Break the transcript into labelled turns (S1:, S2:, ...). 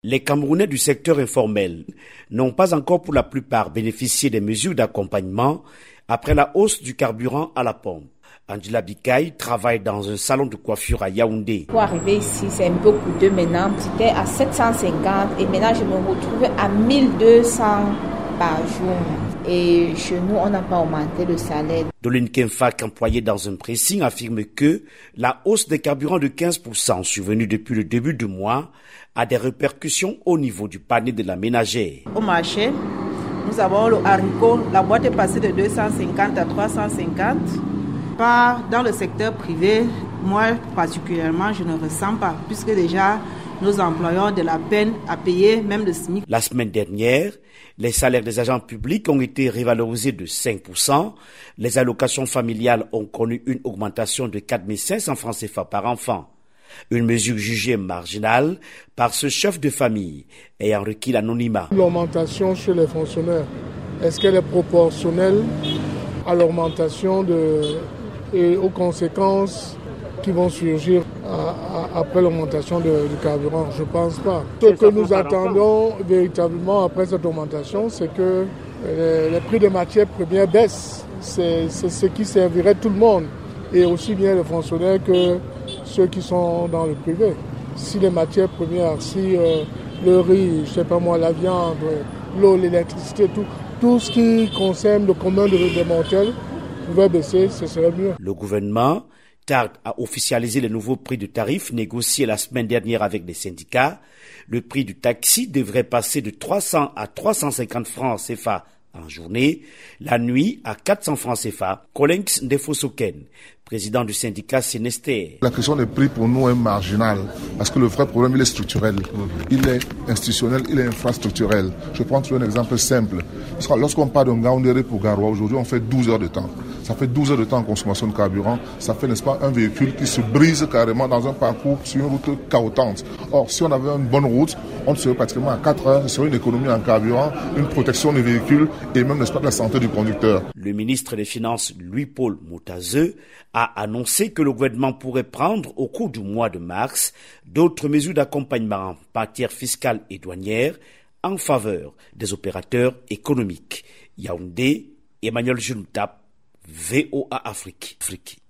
S1: Les Camerounais du secteur informel n'ont pas encore pour la plupart bénéficié des mesures d'accompagnement après la hausse du carburant à la pompe. Angela Bikaï travaille dans un salon de coiffure à Yaoundé.
S2: Pour arriver ici, c'est un peu coûteux maintenant. C'était à 750 et maintenant je me retrouve à 1200 par jour. Et chez nous, on n'a pas augmenté le salaire.
S1: Doline Kenfak, employée dans un pressing, affirme que la hausse des carburants de 15% survenue depuis le début du mois a des répercussions au niveau du panier de la ménagère.
S3: Au marché, nous avons le haricot. La boîte est passée de 250 à 350. Dans le secteur privé, moi particulièrement, je ne ressens pas, puisque déjà nos employeurs ont de la peine à payer même le SMIC.
S1: La semaine dernière, les salaires des agents publics ont été revalorisés de 5%. Les allocations familiales ont connu une augmentation de 4 500 francs CFA par enfant. Une mesure jugée marginale par ce chef de famille ayant requis l'anonymat.
S4: L'augmentation chez les fonctionnaires, est-ce qu'elle est proportionnelle à l'augmentation et aux conséquences qui vont surgir après l'augmentation du carburant? Je ne pense pas. Ce que nous attendons véritablement après cette augmentation, c'est que les prix des matières premières baissent. C'est ce qui servirait tout le monde, et aussi bien les fonctionnaires que ceux qui sont dans le privé. Si les matières premières, si le riz, je sais pas moi, la viande, l'eau, l'électricité, tout ce qui concerne le commun des mortels pouvait baisser, ce serait mieux.
S1: Le gouvernement tarde à officialiser les nouveaux prix de tarifs négociés la semaine dernière avec les syndicats. Le prix du taxi devrait passer de 300 à 350 francs CFA en journée, la nuit à 400 francs CFA. Colinx Ndefosoken, président du syndicat Sénester.
S5: La question des prix pour nous est marginale parce que le vrai problème il est structurel, il est institutionnel, il est infrastructurel. Je prends un exemple simple. Lorsqu'on part d'un Gaoundéré pour Garoua, aujourd'hui on fait 12 heures de temps. Ça fait 12 heures de temps en consommation de carburant. Ça fait, n'est-ce pas, un véhicule qui se brise carrément dans un parcours sur une route chaotante. Or, si on avait une bonne route, on serait pratiquement à 4 heures. Ce serait une économie en carburant, une protection des véhicules et même, n'est-ce pas, de la santé du conducteur.
S1: Le ministre des Finances, Louis-Paul Moutazeux, a annoncé que le gouvernement pourrait prendre au cours du mois de mars d'autres mesures d'accompagnement en matière fiscale et douanière en faveur des opérateurs économiques. Yaoundé, Emmanuel Juntap, VOA Afrique.